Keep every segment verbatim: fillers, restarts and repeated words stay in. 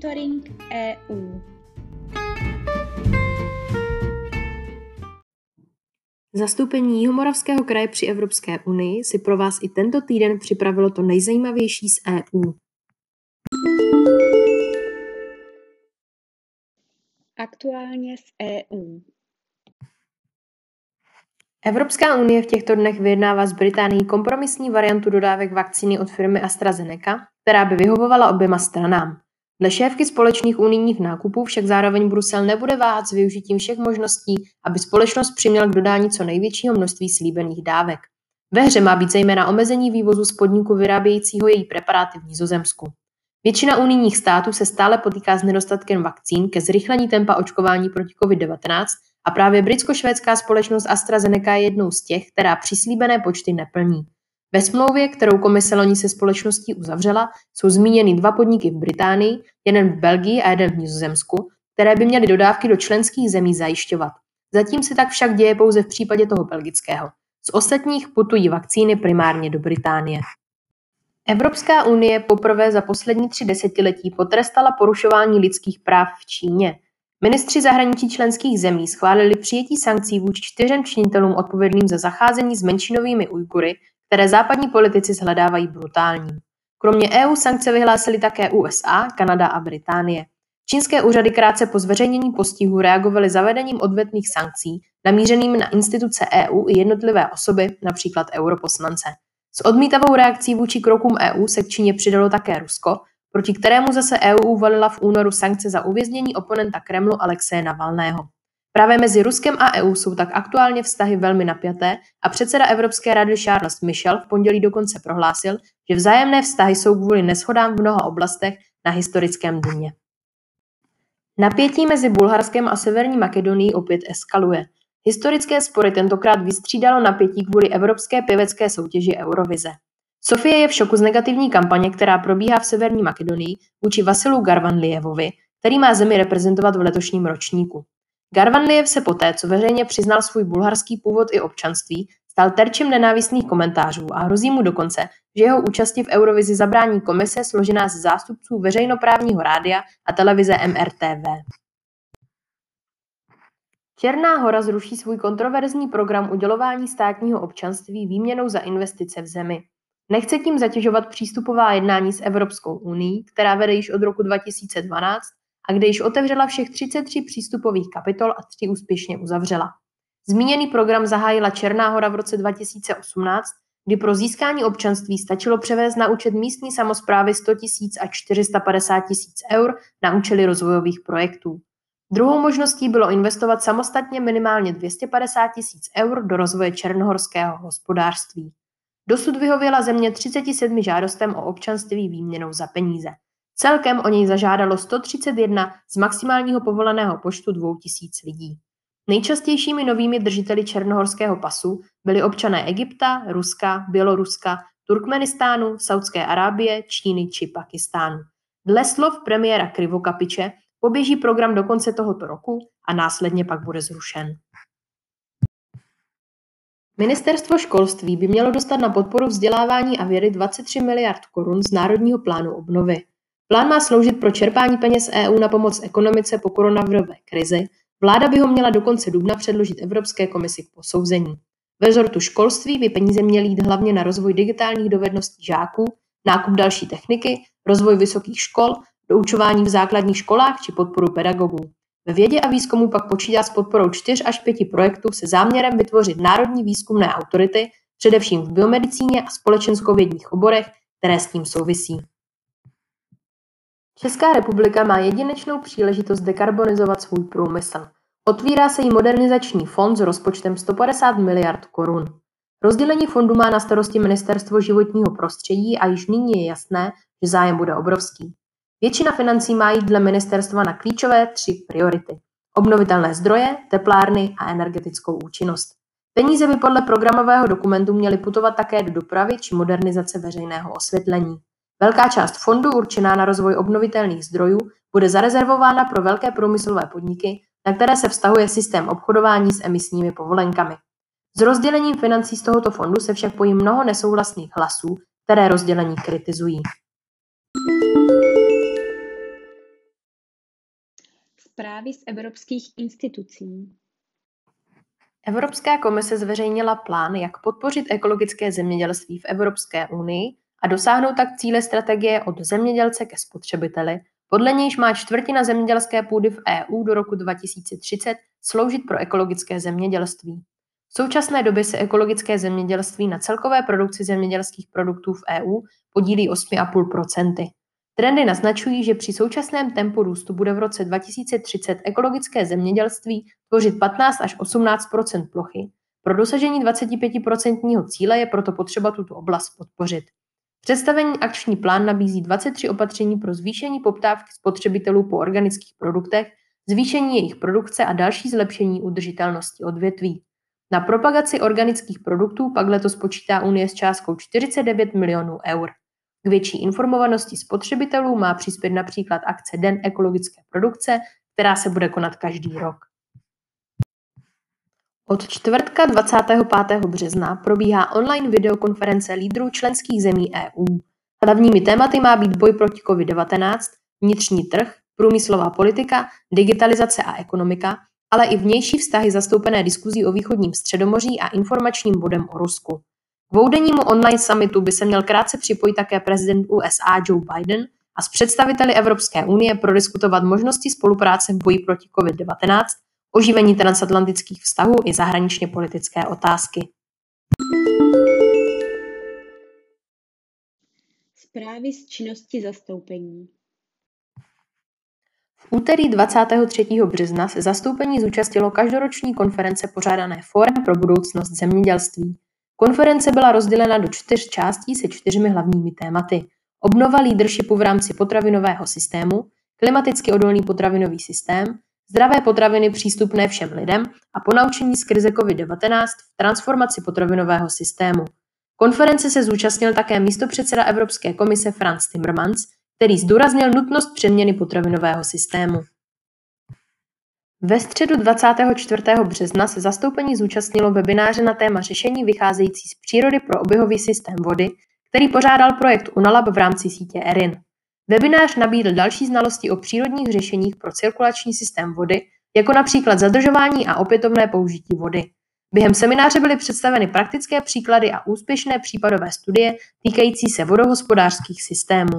Monitoring E U. Zastoupení Jihomoravského kraje při Evropské unii si pro vás i tento týden připravilo to nejzajímavější z E U. Aktuálně z E U. Evropská unie v těchto dnech vyjednává s Británií kompromisní variantu dodávek vakcíny od firmy AstraZeneca, která by vyhovovala oběma stranám. Dle šéfky společných unijních nákupů však zároveň Brusel nebude váhat s využitím všech možností, aby společnost přiměl k dodání co největšího množství slíbených dávek. Ve hře má být zejména omezení vývozu z podniku vyrábějícího její preparáty v Nizozemsku. Většina unijních států se stále potýká s nedostatkem vakcín ke zrychlení tempa očkování proti covid devatenáct a právě britsko-švédská společnost AstraZeneca je jednou z těch, která přislíbené počty neplní. Ve smlouvě, kterou komise loni se společností uzavřela, jsou zmíněny dva podniky v Británii, jeden v Belgii a jeden v Nizozemsku, které by měly dodávky do členských zemí zajišťovat. Zatím se tak však děje pouze v případě toho belgického. Z ostatních putují vakcíny primárně do Británie. Evropská unie poprvé za poslední tři desetiletí potrestala porušování lidských práv v Číně. Ministři zahraničí členských zemí schválili přijetí sankcí vůči čtyřem činitelům odpovědným za zacházení s menšinovými Ujgury, které západní politici shledávají brutální. Kromě E U sankce vyhlásily také U S A, Kanada a Británie. Čínské úřady krátce po zveřejnění postihu reagovaly zavedením odvetných sankcí namířenými na instituce E U i jednotlivé osoby, například europoslance. S odmítavou reakcí vůči krokům E U se k Číně přidalo také Rusko, proti kterému zase E U uvalila v únoru sankce za uvěznění oponenta Kremlu Alexeje Navalného. Právě mezi Ruskem a E U jsou tak aktuálně vztahy velmi napjaté a předseda Evropské rady Charles Michel v pondělí dokonce prohlásil, že vzájemné vztahy jsou kvůli neshodám v mnoha oblastech na historickém dně. Napětí mezi Bulharskem a Severní Makedonií opět eskaluje. Historické spory tentokrát vystřídalo napětí kvůli evropské pěvecké soutěži Eurovize. Sofie je v šoku z negativní kampaně, která probíhá v Severní Makedonii vůči Vasilu Garvanlievovi, který má zemi reprezentovat v letošním ročníku. Garvanliev se poté, co veřejně přiznal svůj bulharský původ i občanství, stal terčem nenávistných komentářů a hrozí mu dokonce, že jeho účasti v Eurovizi zabrání komise složená ze zástupců veřejnoprávního rádia a televize M R T V. Černá Hora zruší svůj kontroverzní program udělování státního občanství výměnou za investice v zemi. Nechce tím zatěžovat přístupová jednání s Evropskou unií, která vede již od roku dva tisíce dvanáct a kde již otevřela všech třicet tři přístupových kapitol a tři úspěšně uzavřela. Zmíněný program zahájila Černá Hora v roce dva tisíce osmnáct, kdy pro získání občanství stačilo převést na účet místní samosprávy sto tisíc a čtyři sta padesát tisíc eur na účely rozvojových projektů. Druhou možností bylo investovat samostatně minimálně dvě stě padesát tisíc eur do rozvoje černohorského hospodářství. Dosud vyhověla země třiceti sedmi žádostem o občanství výměnou za peníze. Celkem o něj zažádalo sto třicet jedna z maximálního povoleného počtu dvou tisíc lidí. Nejčastějšími novými držiteli černohorského pasu byli občané Egypta, Ruska, Běloruska, Turkmenistánu, Saudské Arábie, Číny či Pakistánu. Dle slov premiéra Krivokapiče poběží program do konce tohoto roku a následně pak bude zrušen. Ministerstvo školství by mělo dostat na podporu vzdělávání a vědy dvacet tři miliard korun z Národního plánu obnovy. Plán má sloužit pro čerpání peněz E U na pomoc ekonomice po koronavirové krizi. Vláda by ho měla do konce dubna předložit Evropské komisi k posouzení. Ve rezortu školství by peníze měly jít hlavně na rozvoj digitálních dovedností žáků, nákup další techniky, rozvoj vysokých škol, doučování v základních školách či podporu pedagogů. Ve vědě a výzkumu pak počítá s podporou čtyř až pěti projektů se záměrem vytvořit národní výzkumné autority, především v biomedicíně a společenskovědních oborech, které s tím souvisí. Česká republika má jedinečnou příležitost dekarbonizovat svůj průmysl. Otvírá se jí modernizační fond s rozpočtem sto padesát miliard korun. Rozdělení fondu má na starosti Ministerstvo životního prostředí a již nyní je jasné, že zájem bude obrovský. Většina financí má jít dle ministerstva na klíčové tři priority. Obnovitelné zdroje, teplárny a energetickou účinnost. Peníze by podle programového dokumentu měly putovat také do dopravy či modernizace veřejného osvětlení. Velká část fondu určená na rozvoj obnovitelných zdrojů bude zarezervována pro velké průmyslové podniky, na které se vztahuje systém obchodování s emisními povolenkami. S rozdělením financí z tohoto fondu se však pojí mnoho nesouhlasných hlasů, které rozdělení kritizují. Zprávy z evropských institucí. Evropská komise zveřejnila plán, jak podpořit ekologické zemědělství v Evropské unii a dosáhnout tak cíle strategie od zemědělce ke spotřebiteli, podle nějž má čtvrtina zemědělské půdy v E U do roku dva tisíce třicet sloužit pro ekologické zemědělství. V současné době se ekologické zemědělství na celkové produkci zemědělských produktů v E U podílí osm celá pět procenta. Trendy naznačují, že při současném tempu růstu bude v roce dva tisíce třicet ekologické zemědělství tvořit patnáct až osmnáct procent plochy. Pro dosažení dvacetipětiprocentního cíle je proto potřeba tuto oblast podpořit. Představený akční plán nabízí dvacet tři opatření pro zvýšení poptávky spotřebitelů po organických produktech, zvýšení jejich produkce a další zlepšení udržitelnosti odvětví. Na propagaci organických produktů pak letos počítá Unie s částkou čtyřicet devět milionů eur. K větší informovanosti spotřebitelů má přispět například akce Den ekologické produkce, která se bude konat každý rok. Od čtvrtka dvacátého pátého března probíhá online videokonference lídrů členských zemí E U. Hlavními tématy má být boj proti covid devatenáct, vnitřní trh, průmyslová politika, digitalizace a ekonomika, ale i vnější vztahy zastoupené diskuzí o východním Středomoří a informačním bodem o Rusku. K dvoudennímu online summitu by se měl krátce připojit také prezident U S A Joe Biden a s představiteli Evropské unie prodiskutovat možnosti spolupráce v boji proti covid devatenáct, oživení transatlantických vztahů i zahraničně politické otázky. Zprávy z činnosti zastoupení. V úterý dvacátého třetího března se zastoupení zúčastnilo každoroční konference pořádané Fórem pro budoucnost zemědělství. Konference byla rozdělena do čtyř částí se čtyřmi hlavními tématy. Obnova leadershipu v rámci potravinového systému, klimaticky odolný potravinový systém, zdravé potraviny přístupné všem lidem a ponaučení z krize covid devatenáct v transformaci potravinového systému. Konference se zúčastnil také místopředseda Evropské komise Frans Timmermans, který zdůraznil nutnost přeměny potravinového systému. Ve středu dvacátého čtvrtého března se zastoupení zúčastnilo webináře na téma řešení vycházející z přírody pro oběhový systém vody, který pořádal projekt UNALAB v rámci sítě E R I N. Webinář nabídl další znalosti o přírodních řešeních pro cirkulační systém vody, jako například zadržování a opětovné použití vody. Během semináře byly představeny praktické příklady a úspěšné případové studie týkající se vodohospodářských systémů.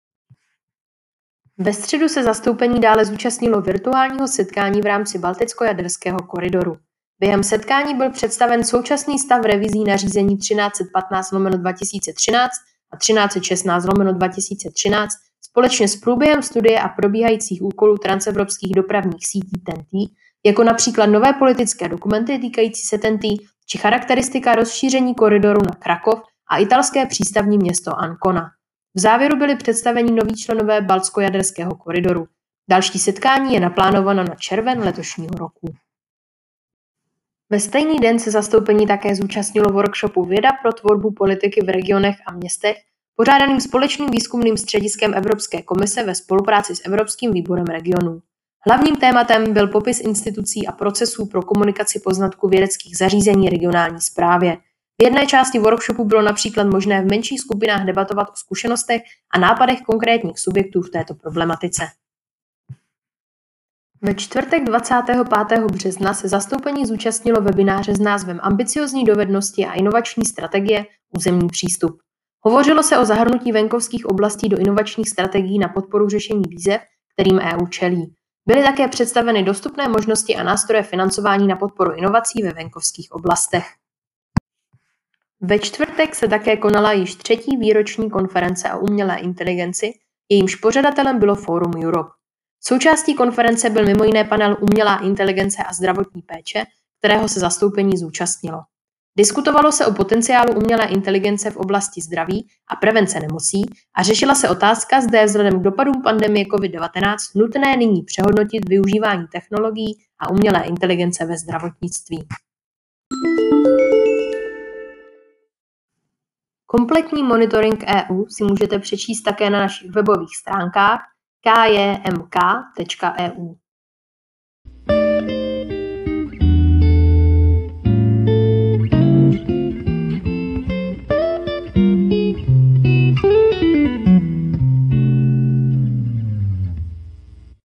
Ve středu se zastoupení dále zúčastnilo virtuálního setkání v rámci Balticko-jaderského koridoru. Během setkání byl představen současný stav revizí nařízení třináct set patnáct lomeno dva tisíce třináct a třináct set šestnáct lomeno dva tisíce třináct společně s průběhem studie a probíhajících úkolů transevropských dopravních sítí T E N T, jako například nové politické dokumenty týkající se T E N T či charakteristika rozšíření koridoru na Krakov a italské přístavní město Ancona. V závěru byly představeni noví členové Baltsko-jaderského koridoru. Další setkání je naplánováno na červen letošního roku. Ve stejný den se zastoupení také zúčastnilo workshopu Věda pro tvorbu politiky v regionech a městech, pořádaným společným výzkumným střediskem Evropské komise ve spolupráci s Evropským výborem regionů. Hlavním tématem byl popis institucí a procesů pro komunikaci poznatků vědeckých zařízení regionální správě. V jedné části workshopu bylo například možné v menších skupinách debatovat o zkušenostech a nápadech konkrétních subjektů v této problematice. Ve čtvrtek dvacátého pátého března se zastoupení zúčastnilo webináře s názvem Ambiciózní dovednosti a inovační strategie územní přístup. Hovořilo se o zahrnutí venkovských oblastí do inovačních strategií na podporu řešení výzev, kterým E U čelí. Byly také představeny dostupné možnosti a nástroje financování na podporu inovací ve venkovských oblastech. Ve čtvrtek se také konala již třetí výroční konference o umělé inteligenci, jejímž pořadatelem bylo Forum Europe. Součástí konference byl mimo jiné panel Umělá inteligence a zdravotní péče, kterého se zastoupení zúčastnilo. Diskutovalo se o potenciálu umělé inteligence v oblasti zdraví a prevence nemocí a řešila se otázka, zda je vzhledem k dopadům pandemie covid devatenáct nutné nyní přehodnotit využívání technologií a umělé inteligence ve zdravotnictví. Kompletní monitoring E U si můžete přečíst také na našich webových stránkách k j m k tečka e u.